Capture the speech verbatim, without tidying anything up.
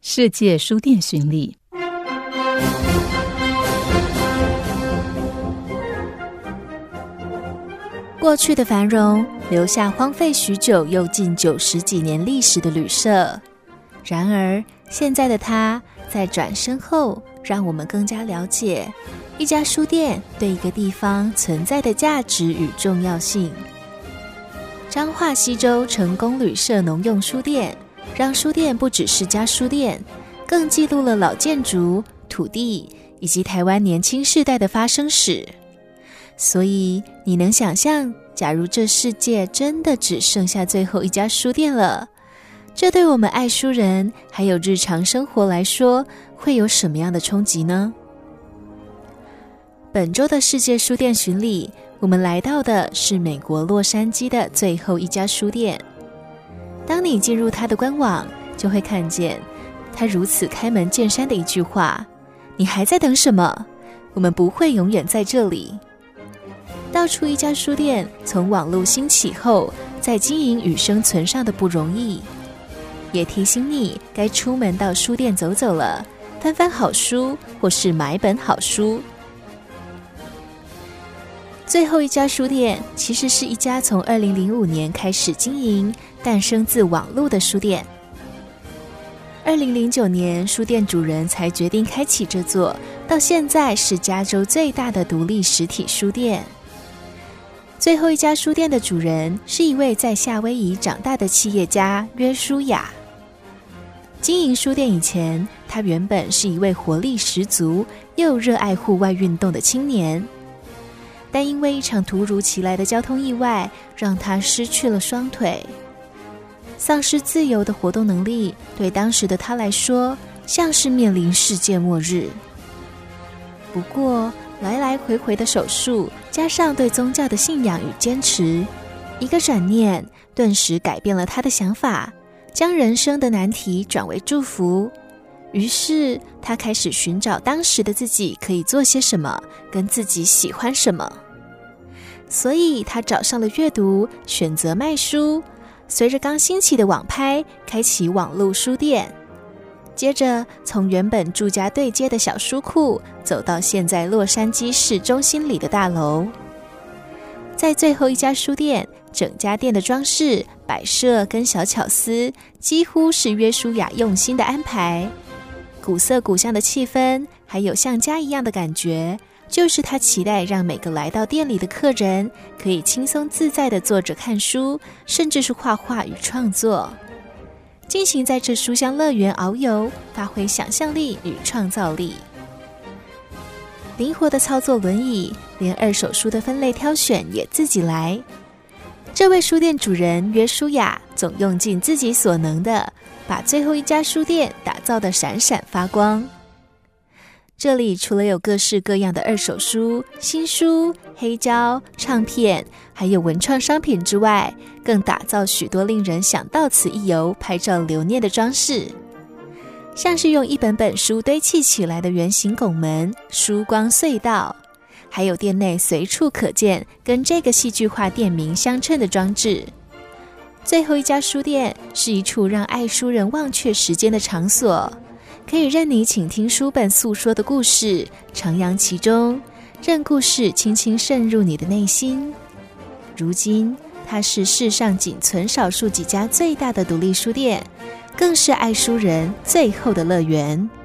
世界书店巡礼。 过去的繁荣留下荒废许久又近九十几年历史的旅社，然而现在的它在转身后，让我们更加了解一家书店对一个地方存在的价值与重要性。彰化溪州成功旅社农用书店，让书店不只是家书店，更记录了老建筑、土地以及台湾年轻世代的发生史。所以你能想象，假如这世界真的只剩下最后一家书店了，这对我们爱书人还有日常生活来说，会有什么样的冲击呢？本周的世界书店巡礼，我们来到的是美国洛杉矶的最后一家书店。当你进入它的官网，就会看见它如此开门见山的一句话：你还在等什么？我们不会永远在这里。道出一家书店从网络兴起后，在经营与生存上的不容易，也提醒你该出门到书店走走了，翻翻好书，或是买本好书。最后一家书店其实是一家从二零零五年开始经营，诞生自网络的书店。二零零九年，书店主人才决定开启这座到现在是加州最大的独立实体书店。最后一家书店的主人是一位在夏威夷长大的企业家约书亚。经营书店以前，他原本是一位活力十足又热爱户外运动的青年，但因为一场突如其来的交通意外，让他失去了双腿，丧失自由的活动能力，对当时的他来说，像是面临世界末日。不过来来回回的手术，加上对宗教的信仰与坚持，一个转念顿时改变了他的想法，将人生的难题转为祝福。于是他开始寻找当时的自己可以做些什么，跟自己喜欢什么。所以他找上了阅读，选择卖书，随着刚兴起的网拍，开启网络书店。接着从原本住家对接的小书库，走到现在洛杉矶市中心里的大楼。在最后一家书店，整家店的装饰、摆设跟小巧思，几乎是约书亚用心的安排。古色古香的气氛，还有像家一样的感觉，就是他期待让每个来到店里的客人，可以轻松自在地坐着看书，甚至是画画与创作。进行在这书香乐园遨游，发挥想象力与创造力。灵活的操作轮椅，连二手书的分类挑选也自己来。这位书店主人约书亚总用尽自己所能的，把最后一家书店打造得闪闪发光。这里除了有各式各样的二手书、新书、黑胶、唱片，还有文创商品之外，更打造许多令人想到此一游、拍照留念的装饰，像是用一本本书堆砌起来的圆形拱门、书光隧道，还有店内随处可见跟这个戏剧化店名相称的装置。最后一家书店是一处让爱书人忘却时间的场所，可以任你倾听书本诉说的故事，徜徉其中，任故事轻轻渗入你的内心。如今它是世上仅存少数几家最大的独立书店，更是爱书人最后的乐园。